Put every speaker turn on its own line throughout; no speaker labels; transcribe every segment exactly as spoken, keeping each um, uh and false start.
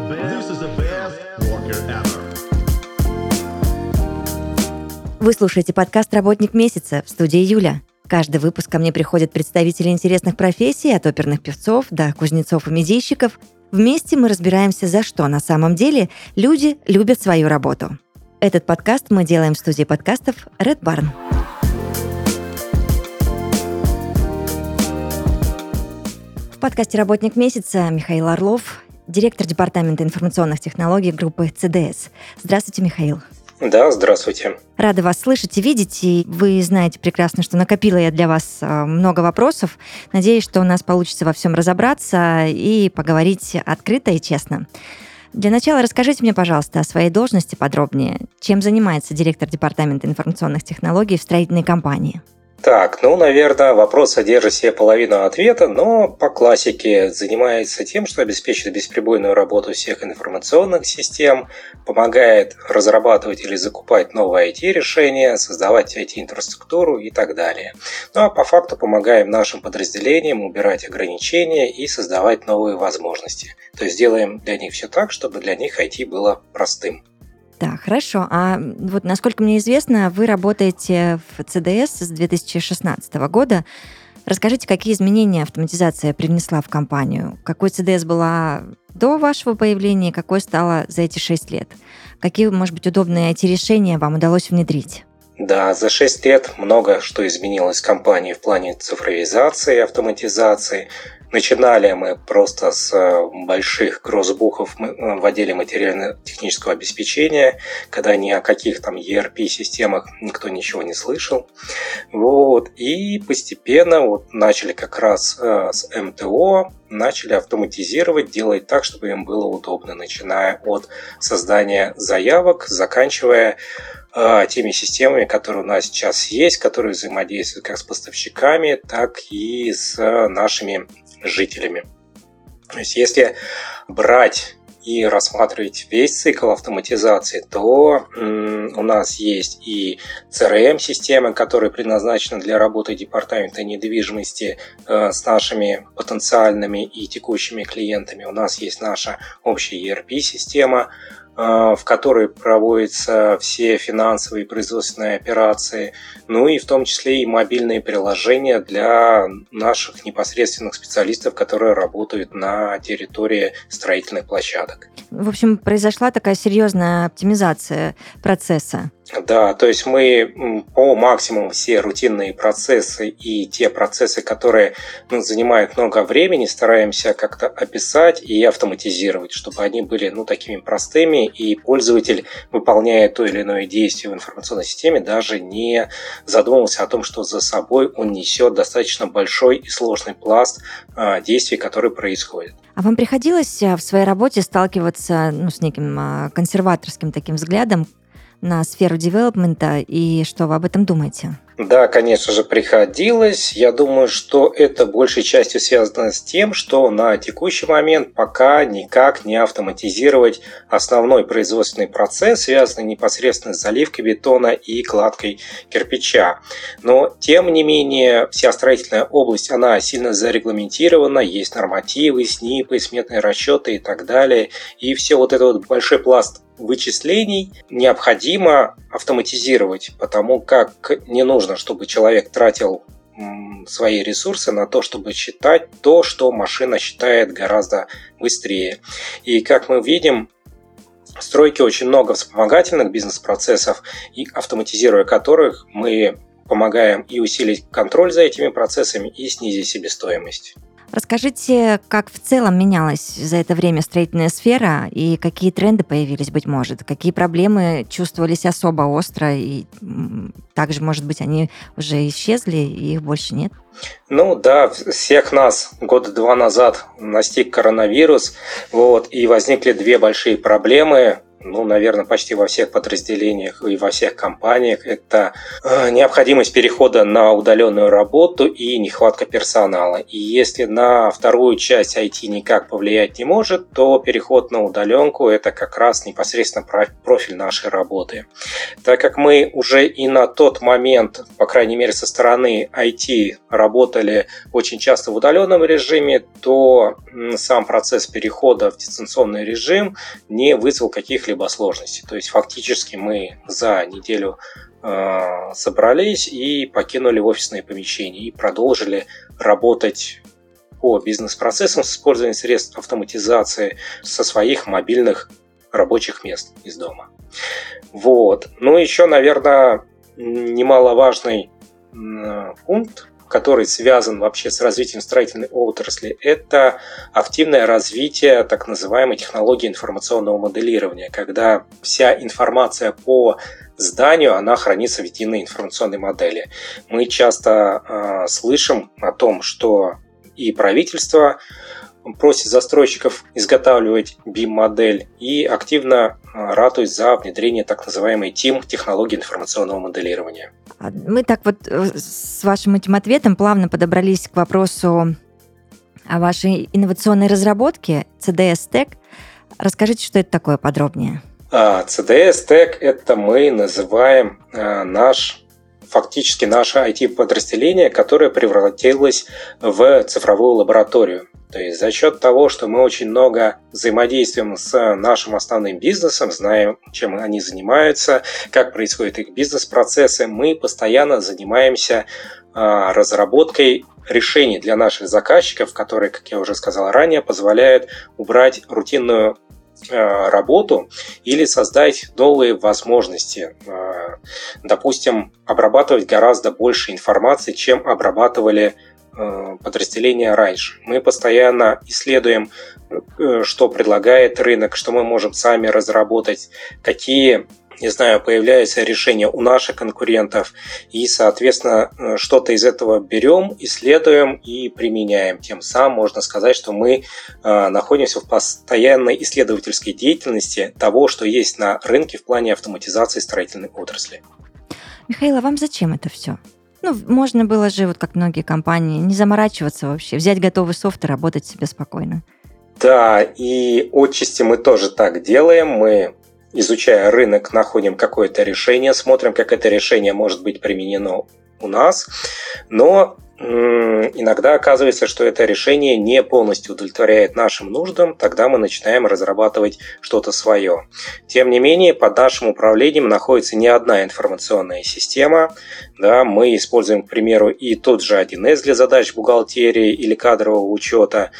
This is the best worker ever.
Вы слушаете подкаст «Работник месяца» в студии Юля. Каждый выпуск ко мне приходят представители интересных профессий, от оперных певцов до кузнецов и медийщиков. Вместе мы разбираемся, за что на самом деле люди любят свою работу. Этот подкаст мы делаем в студии подкастов Red Barn. В подкасте «Работник месяца» Михаил Орлов, директор департамента информационных технологий группы си ди эс. Здравствуйте, Михаил.
Да, здравствуйте.
Рада вас слышать и видеть. И вы знаете прекрасно, что накопила я для вас много вопросов. Надеюсь, что у нас получится во всем разобраться и поговорить открыто и честно. Для начала расскажите мне, пожалуйста, о своей должности подробнее. Чем занимается директор департамента информационных технологий в строительной компании?
Так, ну, наверное, вопрос содержит в себе половину ответа, но по классике занимается тем, что обеспечивает бесперебойную работу всех информационных систем, помогает разрабатывать или закупать новые ай ти-решения, создавать ай ти-инфраструктуру и так далее. Ну, а по факту помогаем нашим подразделениям убирать ограничения и создавать новые возможности. То есть делаем для них все так, чтобы для них ай ти было простым.
Да, хорошо. А вот, насколько мне известно, вы работаете в си ди эс с две тысячи шестнадцатого года. Расскажите, какие изменения автоматизация привнесла в компанию? Какой си ди эс была до вашего появления, какой стала за эти шесть лет? Какие, может быть, удобные ай ти-решения вам удалось внедрить?
Да, за шесть лет много что изменилось в компании в плане цифровизации, автоматизации. Начинали мы просто с больших гроссбухов в отделе материально-технического обеспечения, когда ни о каких там и ар пи-системах никто ничего не слышал. Вот. И постепенно вот начали как раз с эм тэ о, начали автоматизировать, делать так, чтобы им было удобно, начиная от создания заявок, заканчивая теми системами, которые у нас сейчас есть, которые взаимодействуют как с поставщиками, так и с нашими жителями. То есть, если брать и рассматривать весь цикл автоматизации, то м, у нас есть и си ар эм-системы, которые предназначены для работы департамента недвижимости э, с нашими потенциальными и текущими клиентами. У нас есть наша общая и ар пи-система, в которой проводятся все финансовые и производственные операции, ну и в том числе и мобильные приложения для наших непосредственных специалистов, которые работают на территории строительных площадок.
В общем, произошла такая серьезная оптимизация процесса.
Да, то есть мы по максимуму все рутинные процессы и те процессы, которые ну, занимают много времени, стараемся как-то описать и автоматизировать, чтобы они были ну, такими простыми, и пользователь, выполняя то или иное действие в информационной системе, даже не задумывался о том, что за собой он несет достаточно большой и сложный пласт а, действий, которые происходят.
А вам приходилось в своей работе сталкиваться ну, с неким консерваторским таким взглядом на сферу девелопмента, и что вы об этом думаете?
Да, конечно же, приходилось. Я думаю, что это большей частью связано с тем, что на текущий момент пока никак не автоматизировать основной производственный процесс, связанный непосредственно с заливкой бетона и кладкой кирпича. Но, тем не менее, вся строительная область, она сильно зарегламентирована, есть нормативы, снипы, сметные расчеты и так далее. И все вот это вот большой пласт вычислений необходимо автоматизировать, потому как не нужно, чтобы человек тратил свои ресурсы на то, чтобы считать то, что машина считает гораздо быстрее. И как мы видим, в стройке очень много вспомогательных бизнес-процессов, и автоматизируя которых мы помогаем и усилить контроль за этими процессами, и снизить себестоимость.
Расскажите, как в целом менялась за это время строительная сфера и какие тренды появились, быть может? Какие проблемы чувствовались особо остро и также, может быть, они уже исчезли и их больше нет?
Ну да, всех нас года два назад настиг коронавирус, вот, и возникли две большие проблемы. ну, наверное, почти во всех подразделениях и во всех компаниях, это необходимость перехода на удаленную работу и нехватка персонала. И если на вторую часть ай ти никак повлиять не может, то переход на удаленку – это как раз непосредственно профиль нашей работы. Так как мы уже и на тот момент, по крайней мере, со стороны ай ти работали очень часто в удаленном режиме, то сам процесс перехода в дистанционный режим не вызвал каких-либо сложностей. То есть фактически мы за неделю э, собрались и покинули офисные помещения и продолжили работать по бизнес-процессам с использованием средств автоматизации со своих мобильных рабочих мест из дома. Вот. Ну, еще, наверное, немаловажный э, пункт, который связан вообще с развитием строительной отрасли, это активное развитие так называемой технологии информационного моделирования, когда вся информация по зданию, она хранится в единой информационной модели. Мы часто э, слышим о том, что и правительство просит застройщиков изготавливать би ай эм-модель и активно ратует за внедрение так называемой ти ай эм технологии информационного моделирования.
Мы так вот с вашим этим ответом плавно подобрались к вопросу о вашей инновационной разработке си ди эс-Tech. Расскажите, что это такое подробнее.
си ди эс-Tech – это мы называем наш, фактически наше ай ти-подразделение, которое превратилось в цифровую лабораторию. То есть за счет того, что мы очень много взаимодействуем с нашим основным бизнесом, знаем, чем они занимаются, как происходят их бизнес-процессы, мы постоянно занимаемся а, разработкой решений для наших заказчиков, которые, как я уже сказал ранее, позволяют убрать рутинную а, работу или создать новые возможности. А, допустим, обрабатывать гораздо больше информации, чем обрабатывали подразделения раньше. Мы постоянно исследуем, что предлагает рынок, что мы можем сами разработать, какие, не знаю, появляются решения у наших конкурентов, и, соответственно, что-то из этого берем, исследуем и применяем. Тем самым можно сказать, что мы находимся в постоянной исследовательской деятельности того, что есть на рынке в плане автоматизации строительной отрасли.
Михаил, а вам зачем это все? Ну, можно было же, вот как многие компании, не заморачиваться вообще, взять готовый софт и работать себе спокойно.
Да, и отчасти мы тоже так делаем. Мы, изучая рынок, находим какое-то решение, смотрим, как это решение может быть применено у нас. Но иногда оказывается, что это решение не полностью удовлетворяет нашим нуждам, тогда мы начинаем разрабатывать что-то свое. Тем не менее, под нашим управлением находится не одна информационная система. Да, мы используем, к примеру, и тот же один эс для задач бухгалтерии или кадрового учета.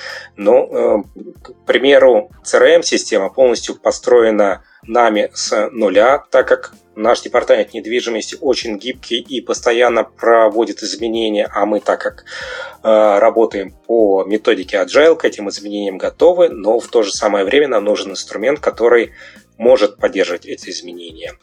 Но, к примеру, си ар эм-система полностью построена нами с нуля, так как наш департамент недвижимости очень гибкий и постоянно проводит изменения, а мы, так как э, работаем по методике Agile, к этим изменениям готовы, но в то же самое время нам нужен инструмент, который может поддерживать эти изменения.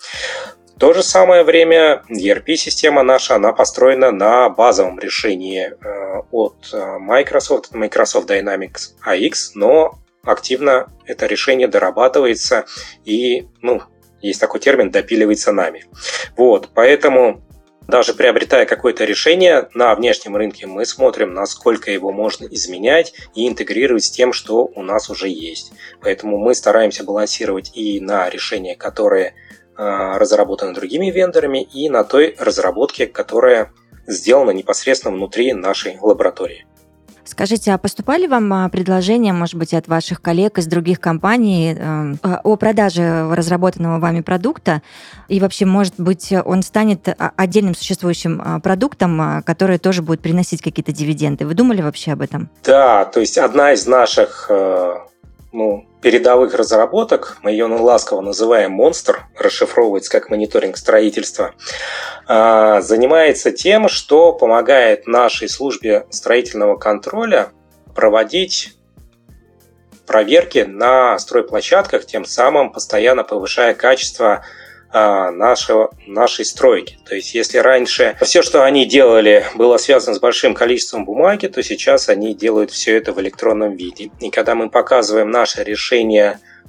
В то же самое время и ар пи-система наша, она построена на базовом решении э, от Microsoft, Microsoft Dynamics эй икс, но активно это решение дорабатывается и, ну, есть такой термин, допиливается нами. Вот, поэтому даже приобретая какое-то решение на внешнем рынке, мы смотрим, насколько его можно изменять и интегрировать с тем, что у нас уже есть. Поэтому мы стараемся балансировать и на решения, которые э, разработаны другими вендорами, и на той разработке, которая сделана непосредственно внутри нашей лаборатории.
Скажите, а поступали вам предложения, может быть, от ваших коллег из других компаний э, о продаже разработанного вами продукта? И вообще, может быть, он станет отдельным существующим продуктом, который тоже будет приносить какие-то дивиденды? Вы думали вообще об этом? Да,
то есть одна из наших э, ну, передовых разработок, мы ее ласково называем «Монстр», расшифровывается как мониторинг строительства, занимается тем, что помогает нашей службе строительного контроля проводить проверки на стройплощадках, тем самым постоянно повышая качество нашего, нашей стройки. То есть, если раньше все, что они делали, было связано с большим количеством бумаги, то сейчас они делают все это в электронном виде. И когда мы показываем наше решение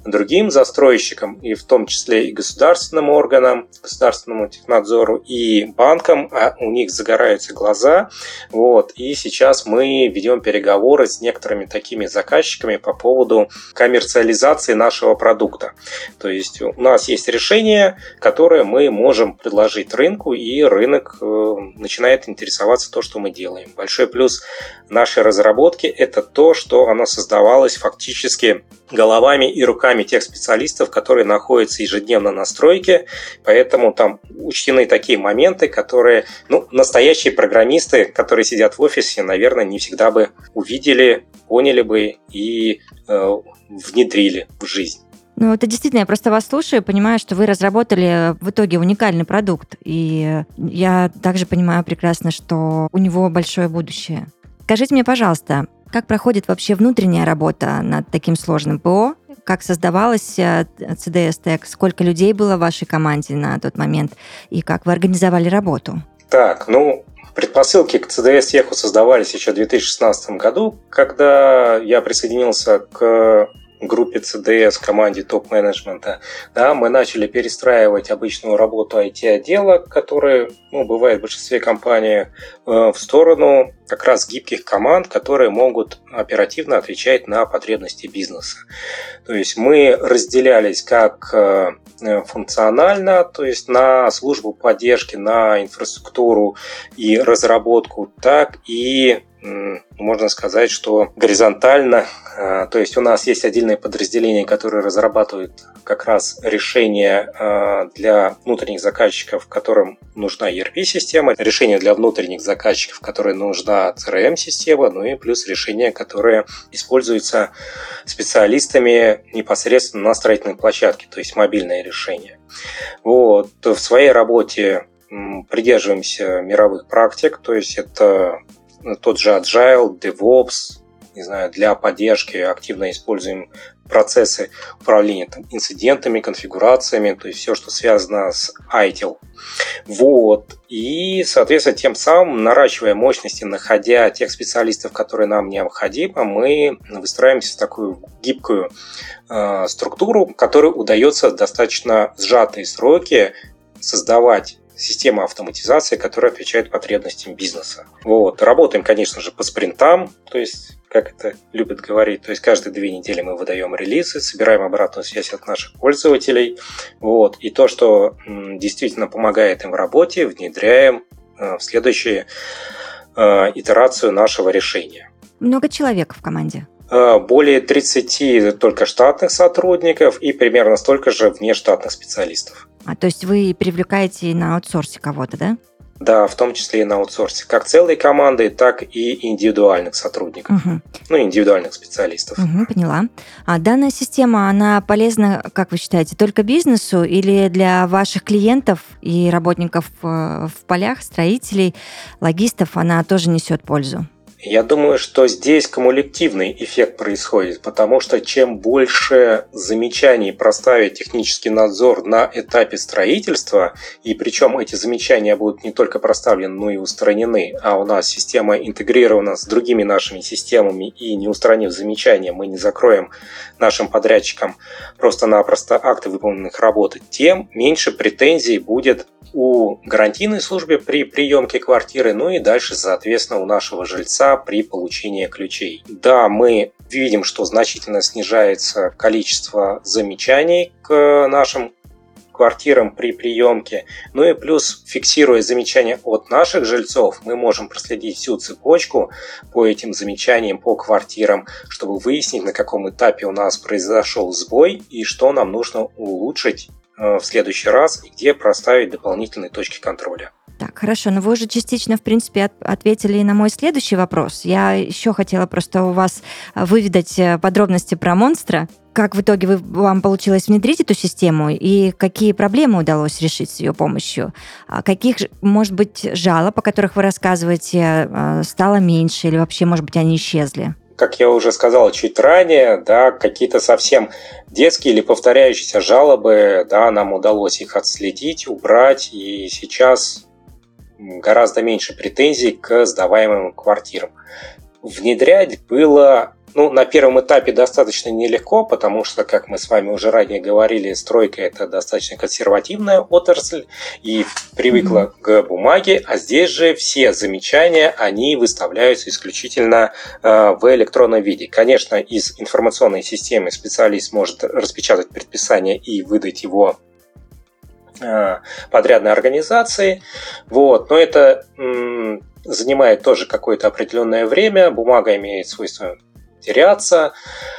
другим застройщикам, и в том числе и государственным органам, государственному технадзору, и банкам, а у них загораются глаза. Вот. И сейчас мы ведем переговоры с некоторыми такими заказчиками по поводу коммерциализации нашего продукта. То есть у нас есть решение, которое мы можем предложить рынку, и рынок э, начинает интересоваться то, что мы делаем. Большой плюс нашей разработки – это то, что оно создавалось фактически головами и руками тех специалистов, которые находятся ежедневно на стройке, поэтому там учтены такие моменты, которые, ну, настоящие программисты, которые сидят в офисе, наверное, не всегда бы увидели, поняли бы и э, внедрили в жизнь.
Ну, это действительно, я просто вас слушаю, понимаю, что вы разработали в итоге уникальный продукт, и я также понимаю прекрасно, что у него большое будущее. Скажите мне, пожалуйста, как проходит вообще внутренняя работа над таким сложным ПО? Как создавалась си ди эс-Tech? Сколько людей было в вашей команде на тот момент? И как вы организовали работу?
Так, ну, предпосылки к си ди эс-Теху создавались еще в две тысячи шестнадцатом году, когда я присоединился к группе си ди эс, команде топ-менеджмента, да, мы начали перестраивать обычную работу ай ти-отдела, которая, ну, бывает в большинстве компаний, в сторону как раз гибких команд, которые могут оперативно отвечать на потребности бизнеса. То есть мы разделялись как функционально, то есть на службу поддержки, на инфраструктуру и разработку, так и можно сказать, что горизонтально, то есть у нас есть отдельные подразделения, которые разрабатывают как раз решения для внутренних заказчиков, которым нужна и эр пи-система, решения для внутренних заказчиков, которым нужна си ар эм-система, ну и плюс решения, которые используются специалистами непосредственно на строительной площадке, то есть мобильное решение. Вот. В своей работе придерживаемся мировых практик, то есть это тот же Agile, DevOps, не знаю, для поддержки активно используем процессы управления там, инцидентами, конфигурациями, то есть все, что связано с ай ти эл. Вот. И, соответственно, тем самым, наращивая мощности, находя тех специалистов, которые нам необходимы, мы выстраиваемся в такую гибкую э, структуру, которой удается в достаточно сжатые сроки создавать система автоматизации, которая отвечает потребностям бизнеса. Вот. Работаем, конечно же, по спринтам, то есть, как это любят говорить, то есть каждые две недели мы выдаем релизы, собираем обратную связь от наших пользователей. Вот. И то, что м, действительно помогает им в работе, внедряем э, в следующую э, итерацию нашего решения.
Много человек в команде?
Э, более тридцати только штатных сотрудников и примерно столько же внештатных специалистов.
А, то есть вы привлекаете на аутсорсе кого-то, да?
Да, в том числе и на аутсорсе. Как целой команды, так и индивидуальных сотрудников. Угу. Ну, индивидуальных специалистов.
Угу, поняла. А данная система, она полезна, как вы считаете, только бизнесу или для ваших клиентов и работников в полях, строителей, логистов она тоже несет пользу?
Я думаю, что здесь кумулятивный эффект происходит, потому что чем больше замечаний проставит технический надзор на этапе строительства, и причем эти замечания будут не только проставлены, но и устранены, а у нас система интегрирована с другими нашими системами, и не устранив замечания, мы не закроем нашим подрядчикам просто-напросто акты выполненных работ, тем меньше претензий будет у гарантийной службы при приемке квартиры, ну и дальше, соответственно, у нашего жильца при получении ключей. Да, мы видим, что значительно снижается количество замечаний к нашим квартирам при приемке. Ну и плюс, фиксируя замечания от наших жильцов, мы можем проследить всю цепочку по этим замечаниям по квартирам, чтобы выяснить, на каком этапе у нас произошел сбой и что нам нужно улучшить в следующий раз, и где проставить дополнительные точки контроля.
Так, хорошо, но вы уже частично, в принципе, от- ответили и на мой следующий вопрос. Я еще хотела просто у вас выведать подробности про монстра. Как в итоге вы, вам получилось внедрить эту систему и какие проблемы удалось решить с ее помощью? А каких, может быть, жалоб, о которых вы рассказываете, стало меньше или вообще, может быть, они исчезли?
Как я уже сказал чуть ранее, да, какие-то совсем детские или повторяющиеся жалобы, да, нам удалось их отследить, убрать, и сейчас гораздо меньше претензий к сдаваемым квартирам. Внедрять было Ну, на первом этапе достаточно нелегко, потому что, как мы с вами уже ранее говорили, стройка – это достаточно консервативная отрасль и привыкла mm-hmm. к бумаге, а здесь же все замечания, они выставляются исключительно э, в электронном виде. Конечно, из информационной системы специалист может распечатать предписание и выдать его э, подрядной организации, вот, но это м- занимает тоже какое-то определенное время, бумага имеет свойство теряться.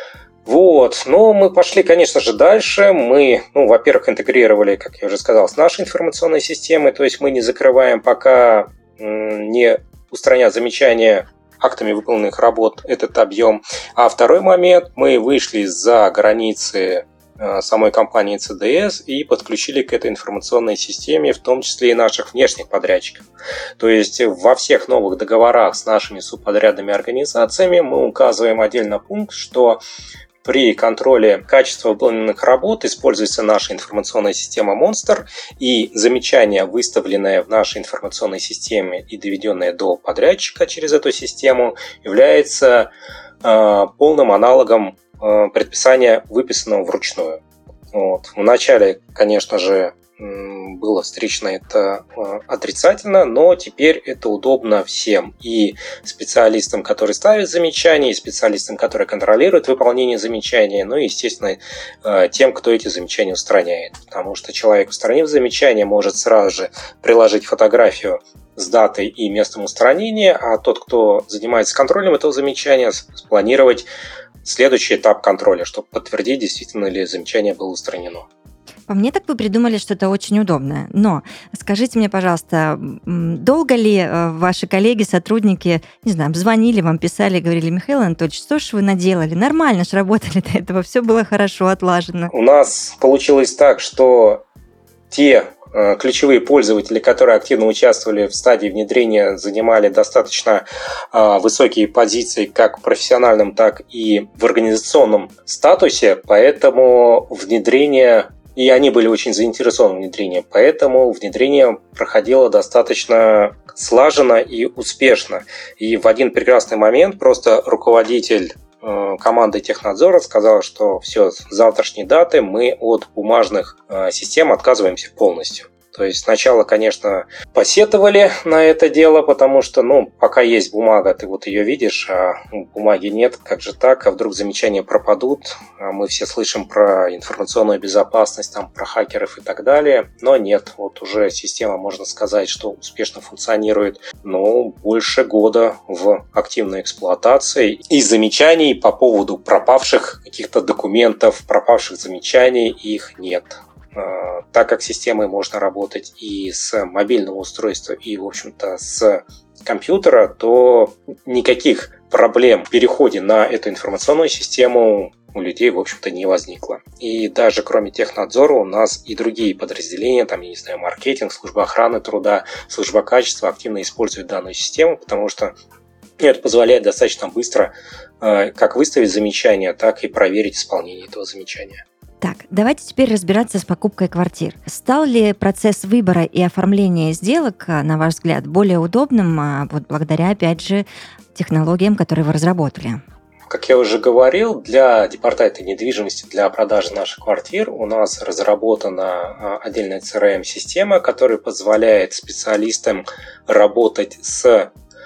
Вот. Но мы пошли, конечно же, дальше. Мы, ну, во-первых, интегрировали, как я уже сказал, с нашей информационной системой, то есть мы не закрываем, пока не устранят замечания актами выполненных работ этот объем. А второй момент, мы вышли за границы самой компании си ди эс и подключили к этой информационной системе в том числе и наших внешних подрядчиков. То есть во всех новых договорах с нашими субподрядными организациями мы указываем отдельно пункт, что при контроле качества выполненных работ используется наша информационная система Monster, и замечания, выставленные в нашей информационной системе и доведенные до подрядчика через эту систему, является э, полным аналогом предписания, выписанного вручную. Вот. Вначале, конечно же, было встречено это отрицательно, но теперь это удобно всем. И специалистам, которые ставят замечания, и специалистам, которые контролируют выполнение замечания, ну и, естественно, тем, кто эти замечания устраняет. Потому что человек, устранив замечание, может сразу же приложить фотографию с датой и местом устранения, а тот, кто занимается контролем этого замечания, спланировать следующий этап контроля, чтобы подтвердить, действительно ли замечание было устранено.
По мне, так вы придумали что-то очень удобное. Но скажите мне, пожалуйста, долго ли ваши коллеги, сотрудники, не знаю, звонили вам, писали, говорили: Михаил Анатольевич, что ж вы наделали? Нормально ж работали до этого, все было хорошо, отлажено.
У нас получилось так, что те ключевые пользователи, которые активно участвовали в стадии внедрения, занимали достаточно э, высокие позиции как в профессиональном, так и в организационном статусе, поэтому внедрение, и они были очень заинтересованы в внедрении, поэтому внедрение проходило достаточно слаженно и успешно. И в один прекрасный момент просто руководитель команды технадзора сказала, что все, с завтрашней даты мы от бумажных э, систем отказываемся полностью. То есть сначала, конечно, посетовали на это дело, потому что, ну, пока есть бумага, ты вот ее видишь, а бумаги нет, как же так, а вдруг замечания пропадут, а мы все слышим про информационную безопасность, там, про хакеров и так далее, но нет, вот уже система, можно сказать, что успешно функционирует, ну, больше года в активной эксплуатации, и замечаний по поводу пропавших каких-то документов, пропавших замечаний, их нет. Так как с системой можно работать и с мобильного устройства, и, в общем-то, с компьютера, то никаких проблем в переходе на эту информационную систему у людей, в общем-то, не возникло. И даже кроме технадзора у нас и другие подразделения, там, я не знаю, маркетинг, служба охраны труда, служба качества активно используют данную систему, потому что это позволяет достаточно быстро как выставить замечание, так и проверить исполнение этого замечания.
Так, давайте теперь разбираться с покупкой квартир. Стал ли процесс выбора и оформления сделок, на ваш взгляд, более удобным, вот благодаря, опять же, технологиям, которые вы разработали?
Как я уже говорил, для департамента недвижимости, для продажи наших квартир у нас разработана отдельная си ар эм-система, которая позволяет специалистам работать с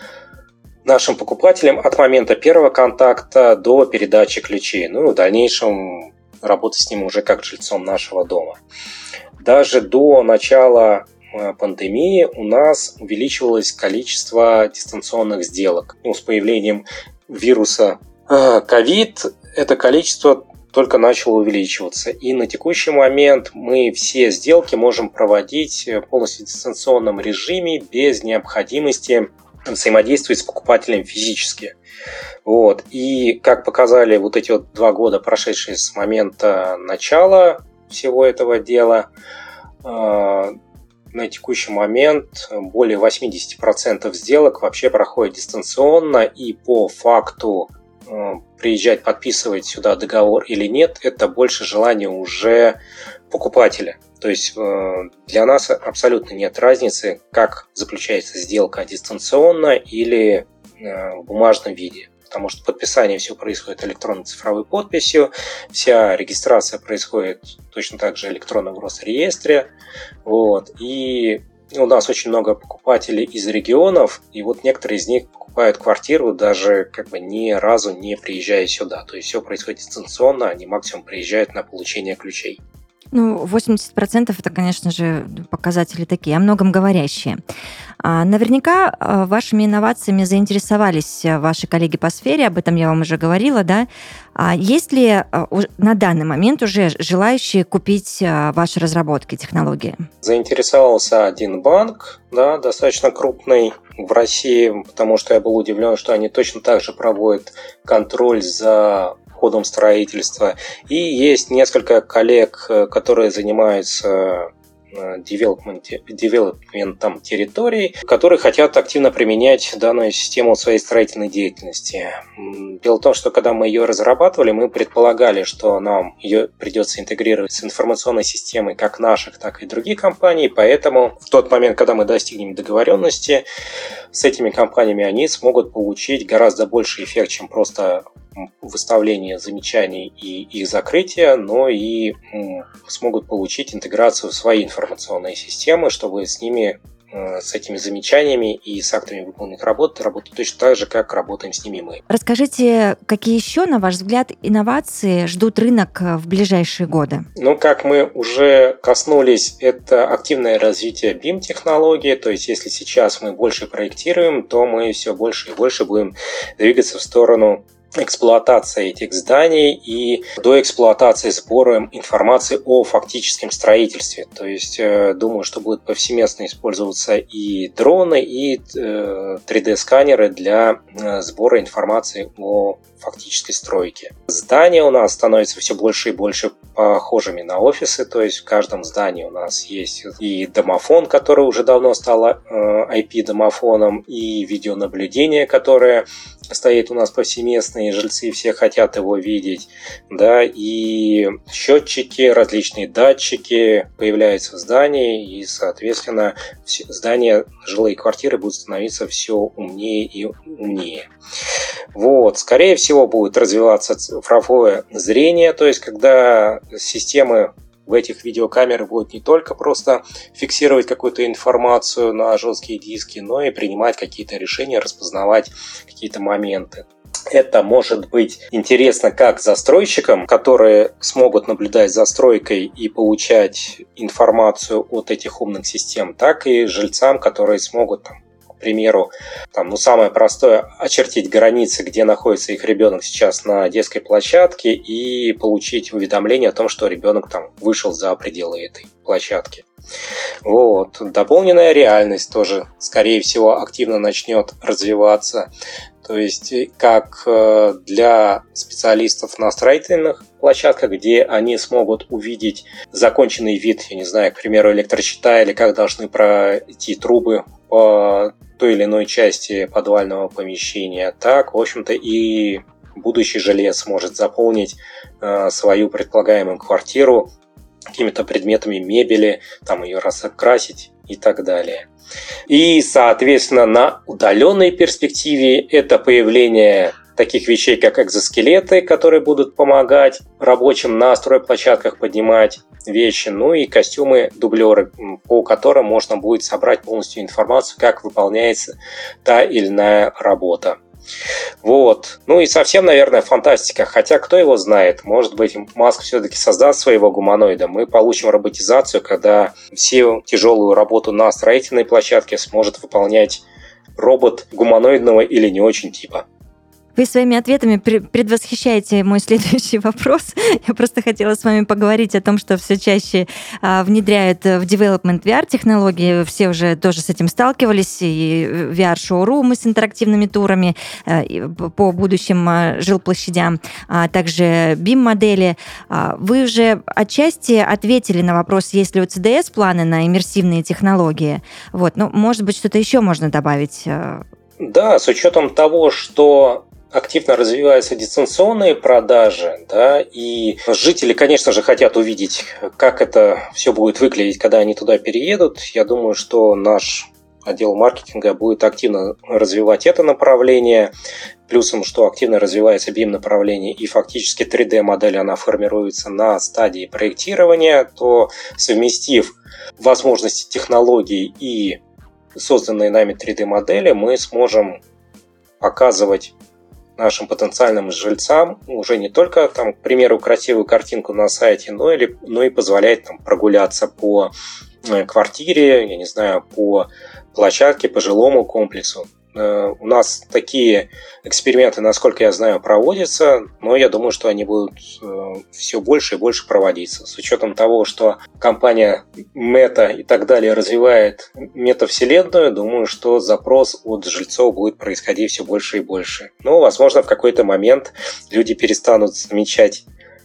нашим покупателем от момента первого контакта до передачи ключей. Ну и в дальнейшем работать с ним уже как жильцом нашего дома. Даже до начала пандемии у нас увеличивалось количество дистанционных сделок. Ну, с появлением вируса ковид это количество только начало увеличиваться. И на текущий момент мы все сделки можем проводить полностью в дистанционном режиме без необходимости взаимодействовать с покупателем физически. Вот. И как показали вот эти вот два года, прошедшие с момента начала всего этого дела, э, на текущий момент более восемьдесят процентов сделок вообще проходят дистанционно, и по факту э, приезжать, подписывать сюда договор или нет, это больше желание уже покупателя. То есть э, для нас абсолютно нет разницы, как заключается сделка дистанционно или э, в бумажном виде. потому что подписание все происходит электронной цифровой подписью, вся регистрация происходит точно так же электронно в Росреестре. Вот. И у нас очень много покупателей из регионов, и вот некоторые из них покупают квартиру, даже как бы ни разу не приезжая сюда. То есть все происходит дистанционно, они максимум приезжают на получение ключей.
Ну, восемьдесят процентов это, конечно же, показатели такие, о многом говорящие. А, наверняка а, вашими инновациями заинтересовались ваши коллеги по сфере, об этом я вам уже говорила, да? А есть ли а, на данный момент уже желающие купить а, ваши разработки, технологии?
Заинтересовался один банк, да, достаточно крупный в России, потому что я был удивлен, что они точно так же проводят контроль за ходом строительства. И есть несколько коллег, которые занимаются девелопментом территорий, которые хотят активно применять данную систему в своей строительной деятельности. Дело в том, что когда мы ее разрабатывали, мы предполагали, что нам ее придется интегрировать с информационной системой как наших, так и других компаний, поэтому в тот момент, когда мы достигнем договоренности с этими компаниями, они смогут получить гораздо больший эффект, чем просто выставление замечаний и их закрытие, но и смогут получить интеграцию в свои информационные системы, чтобы с ними, с этими замечаниями и с актами выполненных работ работать точно так же, как работаем с ними мы.
Расскажите, какие еще, на ваш взгляд, инновации ждут рынок в ближайшие годы?
Ну, как мы уже коснулись, это активное развитие би ай эм-технологии, то есть если сейчас мы больше проектируем, то мы все больше и больше будем двигаться в сторону эксплуатации этих зданий и до эксплуатации сбора информации о фактическом строительстве. То есть, думаю, что будут повсеместно использоваться и дроны, и три дэ-сканеры для сбора информации о фактической стройке. Здания у нас становятся все больше и больше похожими на офисы, то есть в каждом здании у нас есть и домофон, который уже давно стал ай пи-домофоном, и видеонаблюдение, которое стоит у нас повсеместно, и жильцы все хотят его видеть, да, и счетчики, различные датчики появляются в здании, и, соответственно, здания, жилые квартиры будут становиться все умнее и умнее. Вот, скорее всего, будет развиваться цифровое зрение, то есть когда системы в этих видеокамерах будут не только просто фиксировать какую-то информацию на жесткие диски, но и принимать какие-то решения, распознавать какие-то моменты. Это может быть интересно как застройщикам, которые смогут наблюдать за стройкой и получать информацию от этих умных систем, так и жильцам, которые смогут там, к примеру, там, ну, самое простое – очертить границы, где находится их ребенок сейчас на детской площадке, и получить уведомление о том, что ребенок там вышел за пределы этой площадки. Вот. Дополненная реальность тоже, скорее всего, активно начнет развиваться. То есть, как для специалистов на строительных площадках, где они смогут увидеть законченный вид, я не знаю, к примеру, электрощита, или как должны пройти трубы по той или иной части подвального помещения, так, в общем-то, и будущий жилец может заполнить э, свою предполагаемую квартиру какими-то предметами мебели, там ее раскрасить и так далее. И, соответственно, на удаленной перспективе это появление таких вещей, как экзоскелеты, которые будут помогать рабочим на стройплощадках поднимать вещи, ну и костюмы-дублеры, по которым можно будет собрать полностью информацию, как выполняется та или иная работа. Вот. Ну и совсем, наверное, фантастика. Хотя, кто его знает, может быть, Маск все-таки создаст своего гуманоида. Мы получим роботизацию, когда всю тяжелую работу на строительной площадке сможет выполнять робот гуманоидного или не очень типа.
Вы своими ответами предвосхищаете мой следующий вопрос. Я просто хотела с вами поговорить о том, что все чаще внедряют в development ви ар-технологии. Все уже тоже с этим сталкивались. И ви ар-шоурумы с интерактивными турами по будущим жилплощадям, а также би ай эм-модели. Вы уже отчасти ответили на вопрос, есть ли у си ди эс планы на иммерсивные технологии. Вот. Ну, может быть, что-то еще можно добавить?
Да, с учетом того, что активно развиваются дистанционные продажи, да, и жители, конечно же, хотят увидеть, как это все будет выглядеть, когда они туда переедут. Я думаю, что наш отдел маркетинга будет активно развивать это направление. Плюсом, что активно развивается би и эм-направление, и фактически три дэ-модель она формируется на стадии проектирования, то совместив возможности технологий и созданные нами три дэ-модели, мы сможем показывать нашим потенциальным жильцам уже не только, там, к примеру, красивую картинку на сайте, но, или, но и позволять там, прогуляться по квартире, я не знаю, по площадке, по жилому комплексу. У нас такие эксперименты, насколько я знаю, проводятся, но я думаю, что они будут все больше и больше проводиться. С учетом того, что компания Meta и так далее развивает метавселенную, думаю, что запрос от жильцов будет происходить все больше и больше. Но, возможно, в какой-то момент люди перестанут замечать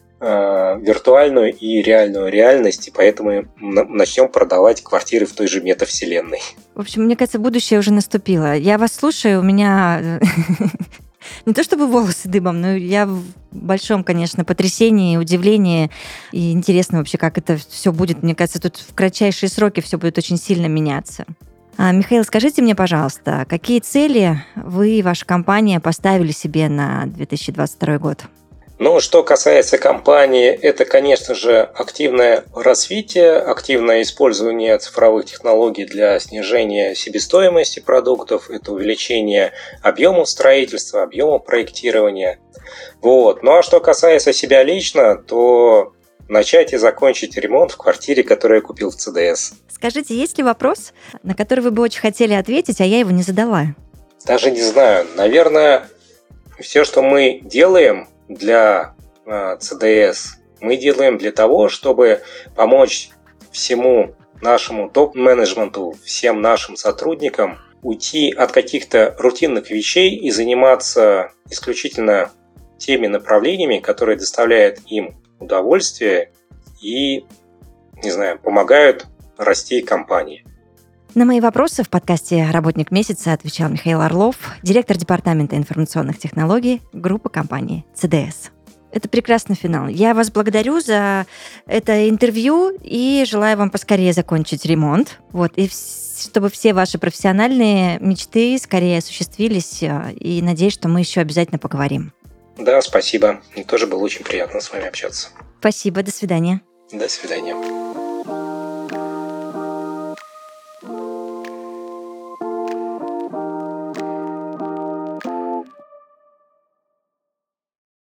виртуальную и реальную реальность, и поэтому начнем продавать квартиры в той же метавселенной.
В общем, мне кажется, будущее уже наступило. Я вас слушаю, у меня не то чтобы волосы дыбом, но я в большом, конечно, потрясении, удивлении, и интересно вообще, как это все будет. Мне кажется, тут в кратчайшие сроки все будет очень сильно меняться. А, Михаил, скажите мне, пожалуйста, какие цели вы и ваша компания поставили себе на две тысячи двадцать второй год?
Ну, что касается компании, это, конечно же, активное развитие, активное использование цифровых технологий для снижения себестоимости продуктов, это увеличение объема строительства, объема проектирования. Вот. Ну, а что касается себя лично, то начать и закончить ремонт в квартире, которую я купил в цэ дэ эс.
Скажите, есть ли вопрос, на который вы бы очень хотели ответить, а я его не задала?
Даже не знаю. Наверное, все, что мы делаем для э, цэ дэ эс, мы делаем для того, чтобы помочь всему нашему топ-менеджменту, всем нашим сотрудникам уйти от каких-то рутинных вещей и заниматься исключительно теми направлениями, которые доставляют им удовольствие и, не знаю, помогают расти компании.
На мои вопросы в подкасте «Работник месяца» отвечал Михаил Орлов, директор департамента информационных технологий группы компании цэ дэ эс. Это прекрасный финал. Я вас благодарю за это интервью и желаю вам поскорее закончить ремонт. Вот, и чтобы все ваши профессиональные мечты скорее осуществились. И надеюсь, что мы еще обязательно поговорим.
Да, спасибо. Мне тоже было очень приятно с вами общаться.
Спасибо. До свидания.
До свидания.